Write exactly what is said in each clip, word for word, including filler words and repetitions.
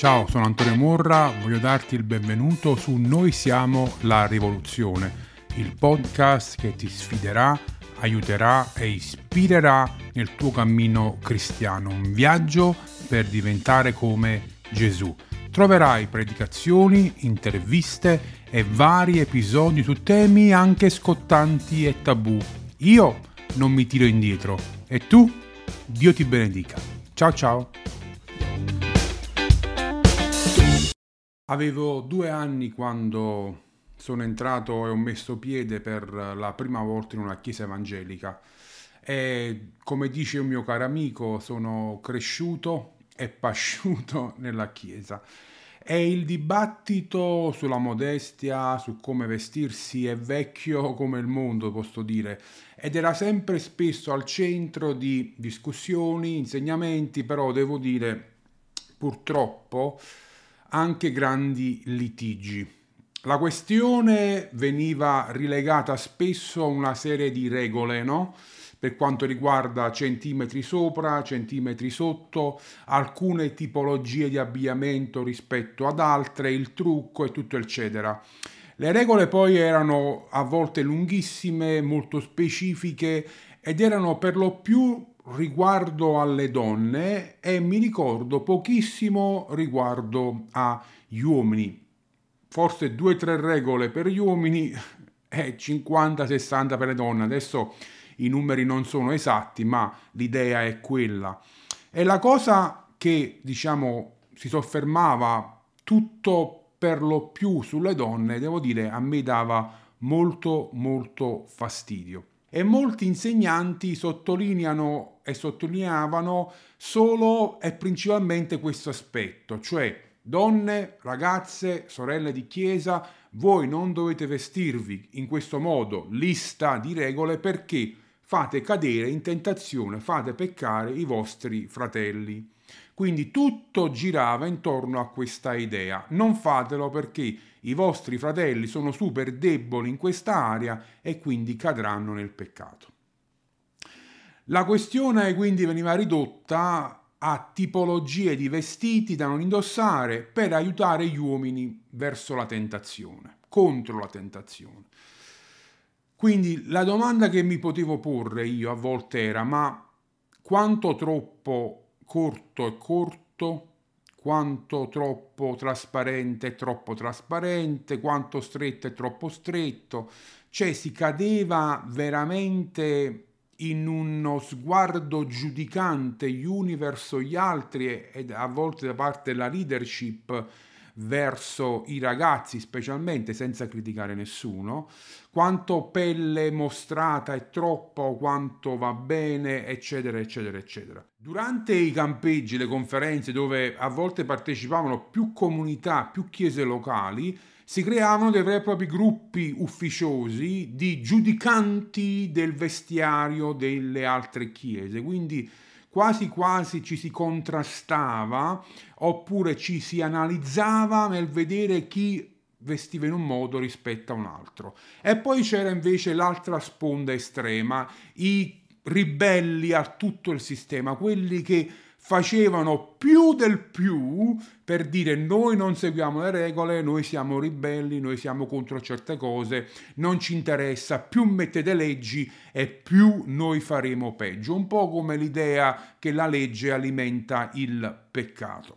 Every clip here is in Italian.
Ciao, sono Antonio Morra, voglio darti il benvenuto su Noi siamo la rivoluzione, il podcast che ti sfiderà, aiuterà e ispirerà nel tuo cammino cristiano, un viaggio per diventare come Gesù. Troverai predicazioni, interviste e vari episodi su temi anche scottanti e tabù. Io non mi tiro indietro e tu? Dio ti benedica. Ciao ciao! Avevo due anni quando sono entrato e ho messo piede per la prima volta in una chiesa evangelica e, come dice un mio caro amico, sono cresciuto e pasciuto nella chiesa. E il dibattito sulla modestia, su come vestirsi è vecchio come il mondo, posso dire, ed era sempre spesso al centro di discussioni, insegnamenti, però devo dire, purtroppo, anche grandi litigi. La questione veniva rilegata spesso a una serie di regole, no? Per quanto riguarda centimetri sopra, centimetri sotto, alcune tipologie di abbigliamento rispetto ad altre, il trucco e tutto eccetera. Le regole poi erano a volte lunghissime, molto specifiche ed erano per lo più riguardo alle donne e mi ricordo pochissimo riguardo agli uomini. Forse due o tre regole per gli uomini e cinquanta sessanta per le donne. Adesso i numeri non sono esatti, ma l'idea è quella. E la cosa che, diciamo, si soffermava tutto per lo più sulle donne, devo dire, a me dava molto molto fastidio. E molti insegnanti sottolineano e sottolineavano solo e principalmente questo aspetto, cioè donne, ragazze, sorelle di chiesa, voi non dovete vestirvi in questo modo, lista di regole, perché fate cadere in tentazione, fate peccare i vostri fratelli. Quindi tutto girava intorno a questa idea. Non fatelo perché i vostri fratelli sono super deboli in questa area e quindi cadranno nel peccato. La questione quindi veniva ridotta a tipologie di vestiti da non indossare per aiutare gli uomini verso la tentazione, contro la tentazione. Quindi la domanda che mi potevo porre io a volte era: ma quanto troppo corto è corto, quanto troppo trasparente è troppo trasparente, quanto stretto è troppo stretto? Cioè si cadeva veramente in uno sguardo giudicante gli uni verso gli altri e a volte da parte della leadership verso i ragazzi, specialmente, senza criticare nessuno, quanto pelle mostrata è troppo, quanto va bene, eccetera, eccetera, eccetera. Durante i campeggi, le conferenze dove a volte partecipavano più comunità, più chiese locali, si creavano dei veri e propri gruppi ufficiosi di giudicanti del vestiario delle altre chiese, quindi quasi quasi ci si contrastava oppure ci si analizzava nel vedere chi vestiva in un modo rispetto a un altro. E poi c'era invece l'altra sponda estrema, i ribelli a tutto il sistema, quelli che facevano più del più per dire: noi non seguiamo le regole, noi siamo ribelli, noi siamo contro certe cose, non ci interessa, più mettete leggi e più noi faremo peggio. Un po' come l'idea che la legge alimenta il peccato.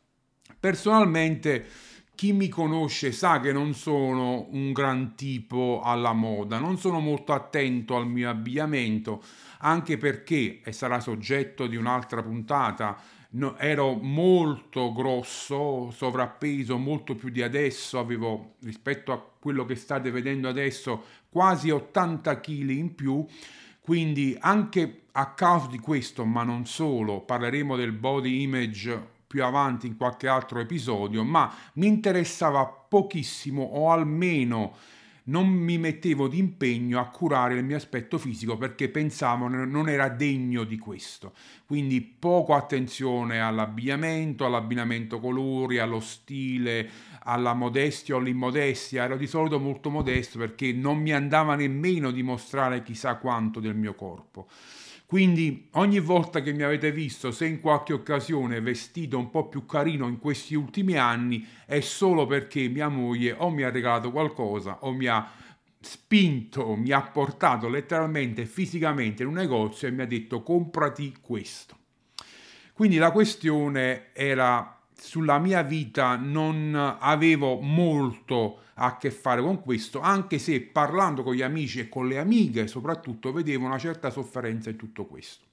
Personalmente, chi mi conosce sa che non sono un gran tipo alla moda, non sono molto attento al mio abbigliamento, anche perché, e sarà soggetto di un'altra puntata, no, ero molto grosso, sovrappeso, molto più di adesso, avevo rispetto a quello che state vedendo adesso quasi ottanta chili in più, quindi anche a causa di questo, ma non solo, parleremo del body image più avanti in qualche altro episodio, ma mi interessava pochissimo, o almeno non mi mettevo di impegno a curare il mio aspetto fisico perché pensavo non era degno di questo. Quindi poco attenzione all'abbigliamento, all'abbinamento colori, allo stile, alla modestia o all'immodestia. Ero di solito molto modesto perché non mi andava nemmeno di mostrare chissà quanto del mio corpo. Quindi ogni volta che mi avete visto, se in qualche occasione vestito un po' più carino in questi ultimi anni, è solo perché mia moglie o mi ha regalato qualcosa o mi ha spinto, mi ha portato letteralmente fisicamente in un negozio e mi ha detto comprati questo. Quindi la questione era sulla mia vita, non avevo molto a che fare con questo, anche se parlando con gli amici e con le amiche soprattutto vedevo una certa sofferenza in tutto questo.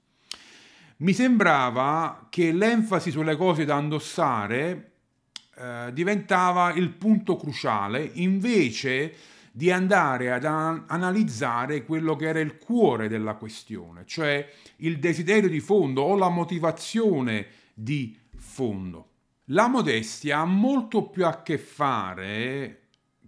Mi sembrava che l'enfasi sulle cose da indossare eh, diventava il punto cruciale invece di andare ad an- analizzare quello che era il cuore della questione, cioè il desiderio di fondo o la motivazione di fondo. La modestia ha molto più a che fare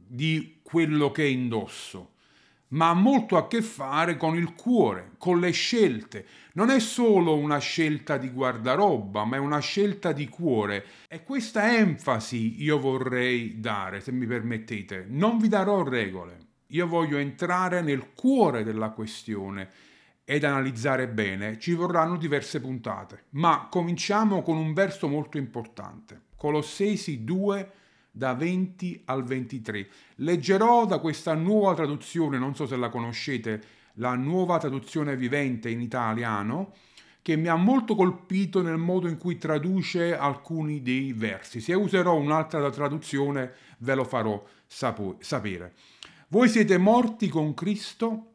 di quello che indosso, ma ha molto a che fare con il cuore, con le scelte. Non è solo una scelta di guardaroba, ma è una scelta di cuore. E questa enfasi io vorrei dare, se mi permettete. Non vi darò regole. Io voglio entrare nel cuore della questione ed analizzare bene. Ci vorranno diverse puntate, ma cominciamo con un verso molto importante. Colossesi due da venti al ventitré. Leggerò da questa nuova traduzione, non so se la conoscete, la nuova traduzione vivente in italiano, che mi ha molto colpito nel modo in cui traduce alcuni dei versi. Se userò un'altra traduzione ve lo farò sapo- sapere. Voi siete morti con Cristo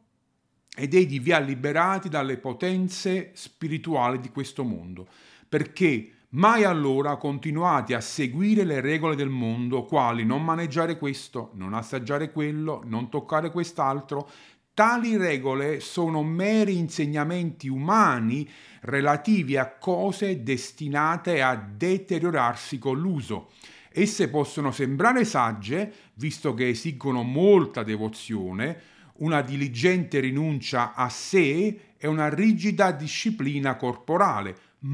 ed egli vi ha liberati dalle potenze spirituali di questo mondo, perché mai allora continuate a seguire le regole del mondo, quali non maneggiare questo, non assaggiare quello, non toccare quest'altro. Tali regole sono meri insegnamenti umani relativi a cose destinate a deteriorarsi con l'uso. Esse possono sembrare sagge, visto che esigono molta devozione, una diligente rinuncia a sé e una rigida disciplina corporale,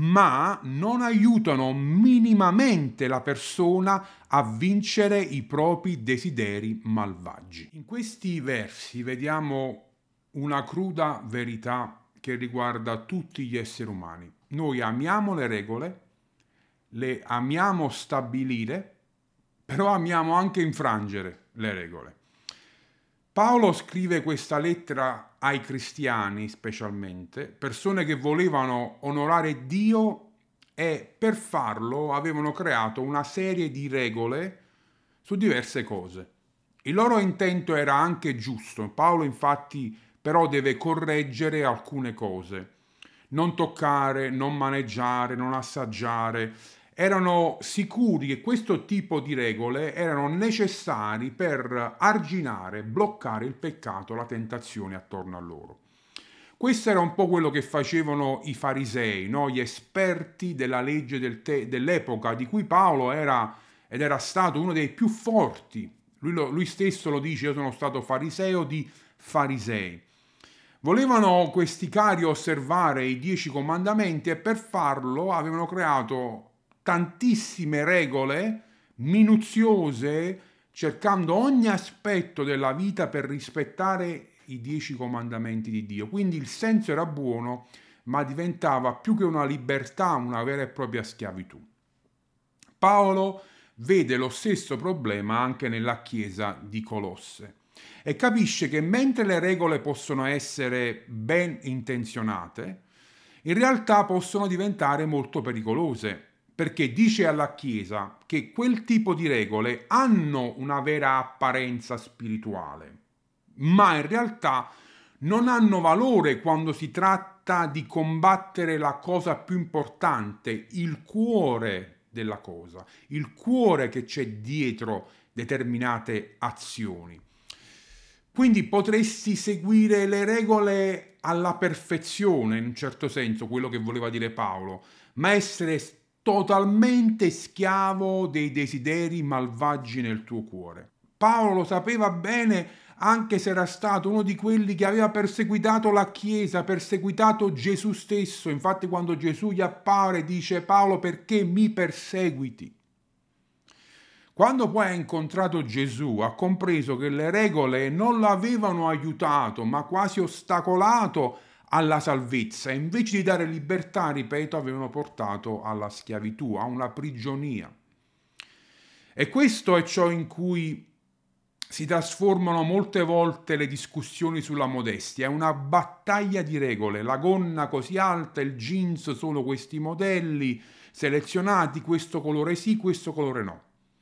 ma non aiutano minimamente la persona a vincere i propri desideri malvagi. In questi versi vediamo una cruda verità che riguarda tutti gli esseri umani. Noi amiamo le regole, le amiamo stabilire, però amiamo anche infrangere le regole. Paolo scrive questa lettera ai cristiani specialmente, persone che volevano onorare Dio e per farlo avevano creato una serie di regole su diverse cose. Il loro intento era anche giusto, Paolo infatti però deve correggere alcune cose. Non toccare, non maneggiare, non assaggiare. Erano sicuri che questo tipo di regole erano necessari per arginare, bloccare il peccato, la tentazione attorno a loro. Questo era un po' quello che facevano i farisei, no? Gli esperti della legge del te- dell'epoca di cui Paolo era ed era stato uno dei più forti. Lui, lo, lui stesso lo dice, io sono stato fariseo di farisei. Volevano questi cari osservare i dieci comandamenti e per farlo avevano creato tantissime regole minuziose, cercando ogni aspetto della vita per rispettare i dieci comandamenti di Dio. Quindi il senso era buono, ma diventava più che una libertà, una vera e propria schiavitù. Paolo vede lo stesso problema anche nella chiesa di Colosse e capisce che mentre le regole possono essere ben intenzionate, in realtà possono diventare molto pericolose, perché dice alla Chiesa che quel tipo di regole hanno una vera apparenza spirituale, ma in realtà non hanno valore quando si tratta di combattere la cosa più importante, il cuore della cosa, il cuore che c'è dietro determinate azioni. Quindi potresti seguire le regole alla perfezione, in un certo senso, quello che voleva dire Paolo, ma essere totalmente schiavo dei desideri malvagi nel tuo cuore. Paolo lo sapeva bene, anche se era stato uno di quelli che aveva perseguitato la Chiesa, perseguitato Gesù stesso. Infatti quando Gesù gli appare dice: Paolo, perché mi perseguiti? Quando poi ha incontrato Gesù, ha compreso che le regole non l'avevano aiutato, ma quasi ostacolato alla salvezza, e invece di dare libertà, ripeto, avevano portato alla schiavitù, a una prigionia. E questo è ciò in cui si trasformano molte volte le discussioni sulla modestia. È una battaglia di regole. La gonna così alta, il jeans sono questi modelli selezionati, questo colore sì, questo colore no.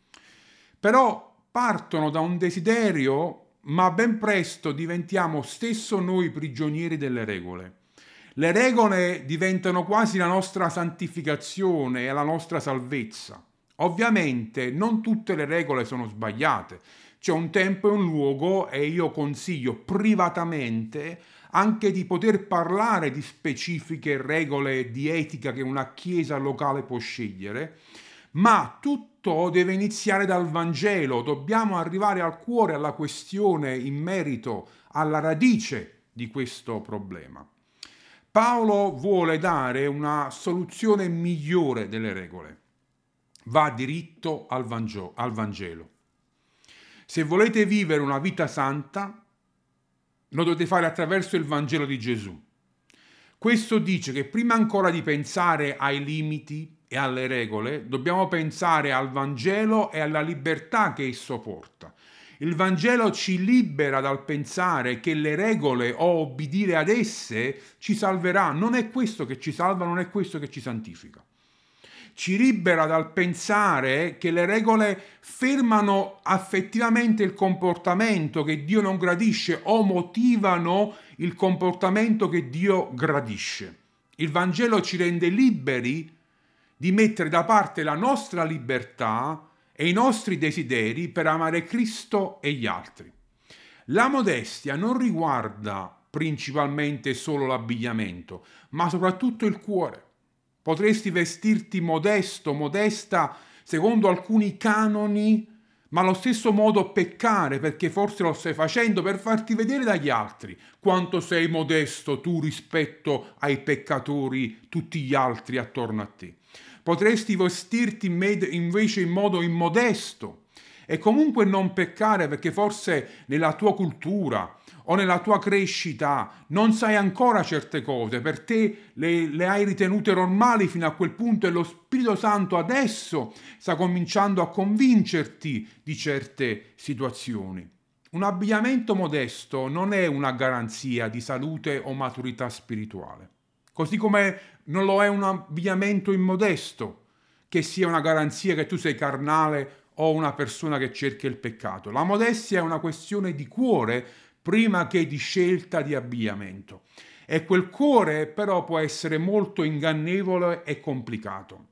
Però partono da un desiderio, ma ben presto diventiamo stesso noi prigionieri delle regole. Le regole diventano quasi la nostra santificazione e la nostra salvezza. Ovviamente non tutte le regole sono sbagliate. C'è un tempo e un luogo, e io consiglio privatamente anche di poter parlare di specifiche regole di etica che una chiesa locale può scegliere, ma tutto deve iniziare dal Vangelo. Dobbiamo arrivare al cuore, alla questione in merito, alla radice di questo problema. Paolo vuole dare una soluzione migliore delle regole. Va diritto al Vangelo. Se volete vivere una vita santa, lo dovete fare attraverso il Vangelo di Gesù. Questo dice che prima ancora di pensare ai limiti e alle regole, dobbiamo pensare al Vangelo e alla libertà che esso porta. Il Vangelo ci libera dal pensare che le regole o obbedire ad esse ci salverà. Non è questo che ci salva, non è questo che ci santifica. Ci libera dal pensare che le regole fermano affettivamente il comportamento che Dio non gradisce o motivano il comportamento che Dio gradisce. Il Vangelo ci rende liberi di mettere da parte la nostra libertà e i nostri desideri per amare Cristo e gli altri. La modestia non riguarda principalmente solo l'abbigliamento, ma soprattutto il cuore. Potresti vestirti modesto, modesta, secondo alcuni canoni, ma allo stesso modo peccare, perché forse lo stai facendo per farti vedere dagli altri quanto sei modesto tu rispetto ai peccatori, tutti gli altri attorno a te. Potresti vestirti invece in modo immodesto e comunque non peccare, perché forse nella tua cultura o nella tua crescita non sai ancora certe cose, per te le, le hai ritenute normali fino a quel punto, e lo Spirito Santo adesso sta cominciando a convincerti di certe situazioni. Un abbigliamento modesto non è una garanzia di salute o maturità spirituale, così come non lo è un abbigliamento immodesto che sia una garanzia che tu sei carnale o una persona che cerca il peccato. La modestia è una questione di cuore prima che di scelta di abbigliamento. E quel cuore però può essere molto ingannevole e complicato.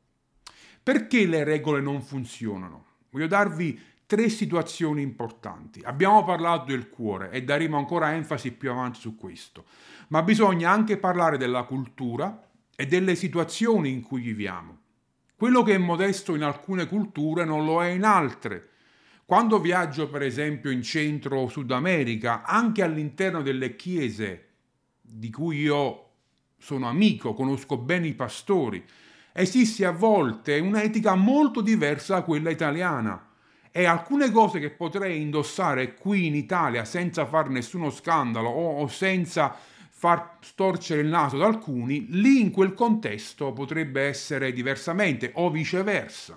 Perché le regole non funzionano? Voglio darvi tre situazioni importanti. Abbiamo parlato del cuore e daremo ancora enfasi più avanti su questo, ma bisogna anche parlare della cultura e delle situazioni in cui viviamo. Quello che è modesto in alcune culture non lo è in altre. Quando viaggio per esempio in Centro o Sud America, anche all'interno delle chiese di cui io sono amico, conosco bene i pastori, esiste a volte un'etica molto diversa da quella italiana, e alcune cose che potrei indossare qui in Italia senza far nessuno scandalo o senza far storcere il naso ad alcuni, lì in quel contesto potrebbe essere diversamente o viceversa.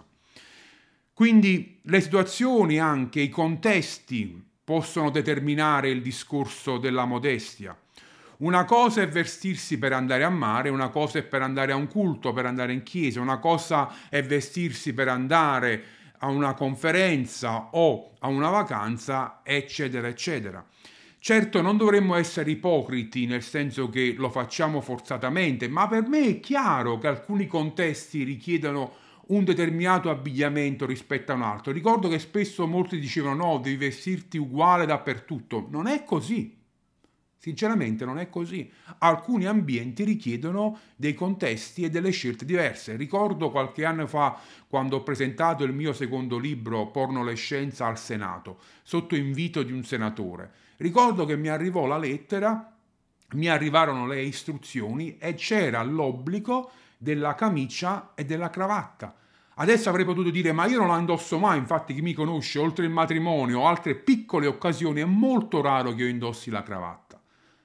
Quindi le situazioni, anche i contesti, possono determinare il discorso della modestia. Una cosa è vestirsi per andare a mare, una cosa è per andare a un culto, per andare in chiesa, una cosa è vestirsi per andare a una conferenza o a una vacanza, eccetera, eccetera. Certo, non dovremmo essere ipocriti, nel senso che lo facciamo forzatamente, ma per me è chiaro che alcuni contesti richiedono un determinato abbigliamento rispetto a un altro. Ricordo che spesso molti dicevano no, devi vestirti uguale dappertutto. Non è così. Sinceramente non è così. Alcuni ambienti richiedono dei contesti e delle scelte diverse. Ricordo qualche anno fa, quando ho presentato il mio secondo libro, Pornolescenza, al Senato, sotto invito di un senatore. Ricordo che mi arrivò la lettera, mi arrivarono le istruzioni e c'era l'obbligo della camicia e della cravatta. Adesso avrei potuto dire ma io non la indosso mai, infatti chi mi conosce, oltre il matrimonio o altre piccole occasioni, è molto raro che io indossi la cravatta.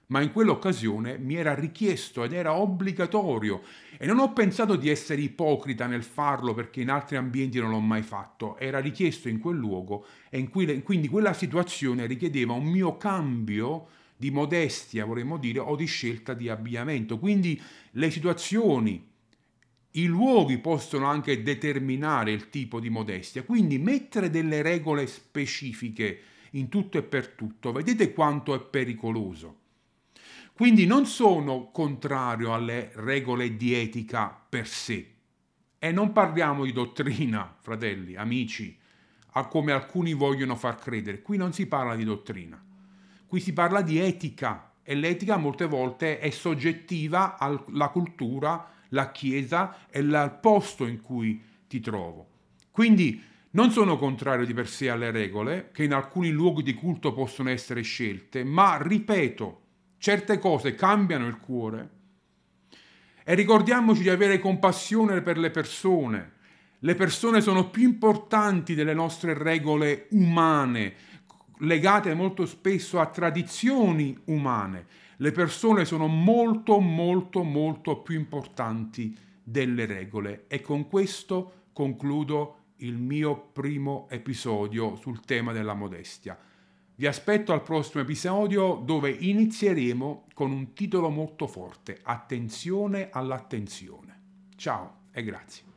ma in quell'occasione mi era richiesto ed era obbligatorio e non ho pensato di essere ipocrita nel farlo perché in altri ambienti non l'ho mai fatto, era richiesto in quel luogo e in cui, quindi quella situazione richiedeva un mio cambio di modestia, vorremmo dire, o di scelta di abbigliamento. Quindi le situazioni, i luoghi possono anche determinare il tipo di modestia, quindi mettere delle regole specifiche in tutto e per tutto, vedete quanto è pericoloso. Quindi non sono contrario alle regole di etica per sé. E non parliamo di dottrina, fratelli, amici, a come alcuni vogliono far credere. Qui non si parla di dottrina, qui si parla di etica e l'etica molte volte è soggettiva alla cultura, la chiesa e il posto in cui ti trovo. Quindi non sono contrario di per sé alle regole, che in alcuni luoghi di culto possono essere scelte, ma ripeto, certe cose cambiano il cuore e ricordiamoci di avere compassione per le persone. Le persone sono più importanti delle nostre regole umane, legate molto spesso a tradizioni umane. Le persone sono molto, molto, molto più importanti delle regole. E con questo concludo il mio primo episodio sul tema della modestia. Vi aspetto al prossimo episodio dove inizieremo con un titolo molto forte: Attenzione all'attenzione. Ciao e grazie.